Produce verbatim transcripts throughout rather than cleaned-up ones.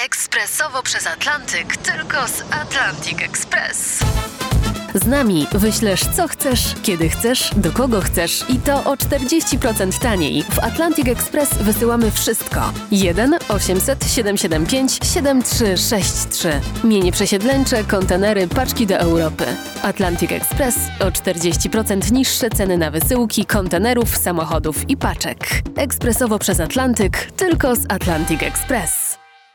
Ekspresowo przez Atlantyk, tylko z Atlantic Express. Z nami wyślesz co chcesz, kiedy chcesz, do kogo chcesz i to o czterdzieści procent taniej. W Atlantic Express wysyłamy wszystko. jeden osiemset siedemset siedemdziesiąt pięć siedemdziesiąt trzy sześćdziesiąt trzy. Mienie przesiedleńcze, kontenery, paczki do Europy. Atlantic Express o czterdzieści procent niższe ceny na wysyłki, kontenerów, samochodów i paczek. Ekspresowo przez Atlantyk, tylko z Atlantic Express.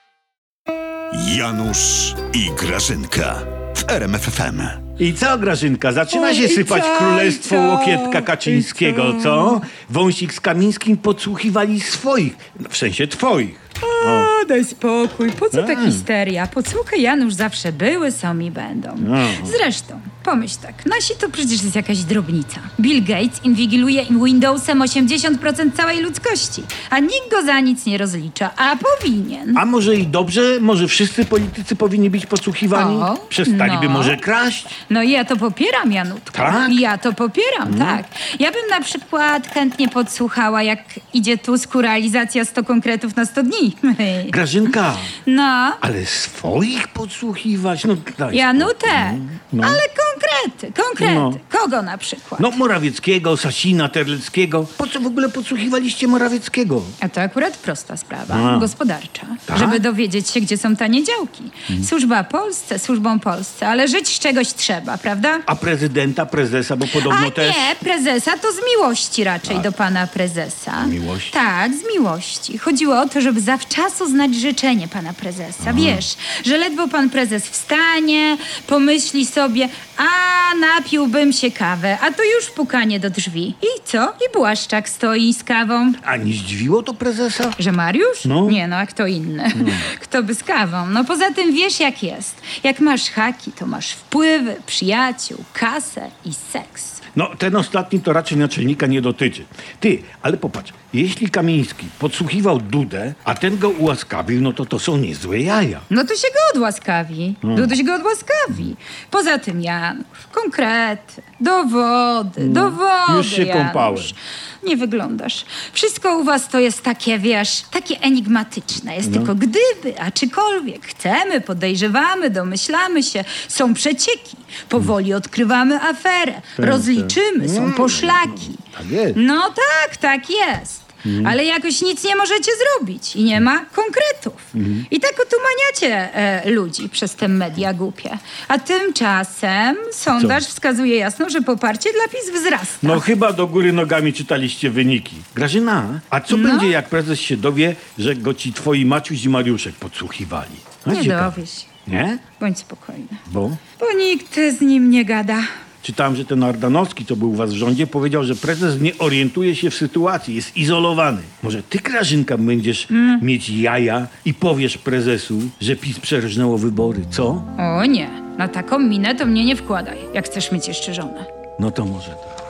Janusz i Grażynka w R M F F M. I co, Grażynka? Zaczyna Oj, się i sypać co, królestwo i co, Łokietka Kaczyńskiego, i co? co? Wąsik z Kamińskim podsłuchiwali swoich, w sensie twoich. O, daj spokój, po co ta A. histeria? Podsłuchy, Janusz, zawsze były, są i będą. No. Zresztą, pomyśl tak, nasi to przecież jest jakaś drobnica. Bill Gates inwigiluje Windowsem osiemdziesiąt procent całej ludzkości, a nikt go za nic nie rozlicza, a powinien. A może i dobrze? Może wszyscy politycy powinni być podsłuchiwani? O, Przestaliby no. może kraść? No i ja to popieram, Janutku. Tak? Ja to popieram, tak. Ja bym na przykład chętnie podsłuchała, jak idzie Tusku realizacja sto konkretów na sto dni. Grażynka, No, ale swoich podsłuchiwać? No, daj Janutek, No. ale konkrety, konkrety. No. Kogo na przykład? No Morawieckiego, Sasina, Terleckiego. Po co w ogóle podsłuchiwaliście Morawieckiego? A to akurat prosta sprawa, A. gospodarcza. Tak? Żeby dowiedzieć się, gdzie są tanie działki. Służba Polsce, służbą Polsce, ale żyć z czegoś trzeba, prawda? A prezydenta, prezesa, bo podobno A też... nie, prezesa to z miłości raczej do pana prezesa. Z miłości? Tak, z miłości. Chodziło o to, żeby zawczasu znać życzenie pana prezesa. Wiesz, że ledwo pan prezes wstanie, pomyśli sobie, a napiłbym się kawę, a to już pukanie do drzwi. I co? I Błaszczak stoi z kawą. A nie zdziwiło to prezesa? Że Mariusz? No. Nie no, a kto inny? Kto by z kawą? No poza tym wiesz jak jest. Jak masz haki, to masz wpływy, przyjaciół, kasę i seks. No, ten ostatni to raczej naczelnika nie dotyczy. Ty, ale popatrz, jeśli Kamiński podsłuchiwał Dudę, a ten go ułaskawił, no to to są niezłe jaja. No to się go odłaskawi. Duduś go odłaskawi. Poza tym, Janusz, konkrety, dowody, dowody, już się Janusz. kąpałem. Nie wyglądasz. Wszystko u was to jest takie, wiesz, takie enigmatyczne. Jest tylko gdyby, a czykolwiek. Chcemy, podejrzewamy, domyślamy się. Są przecieki. Powoli odkrywamy aferę. Rozliczymy, są poszlaki. Tak jest. No tak, tak jest. Ale jakoś nic nie możecie zrobić i nie ma konkretów. I tak otumaniacie e, ludzi przez te media głupie. A tymczasem sondaż wskazuje jasno, że poparcie dla PiS wzrasta. No chyba do góry nogami czytaliście wyniki. Grażyna, a co No. będzie, jak prezes się dowie, że go ci twoi Maciuś i Mariuszek podsłuchiwali? No, Nie ciekawe. dowie się. Nie? Bądź spokojny. Bo? Bo nikt z nim nie gada. Czytałem, że ten Ardanowski, co był u was w rządzie, powiedział, że prezes nie orientuje się w sytuacji, jest izolowany. Może ty, Grażynka, będziesz mieć jaja i powiesz prezesu, że PiS przerżnęło wybory, co? O nie, na taką minę to mnie nie wkładaj, jak chcesz mieć jeszcze żonę. No to może tak.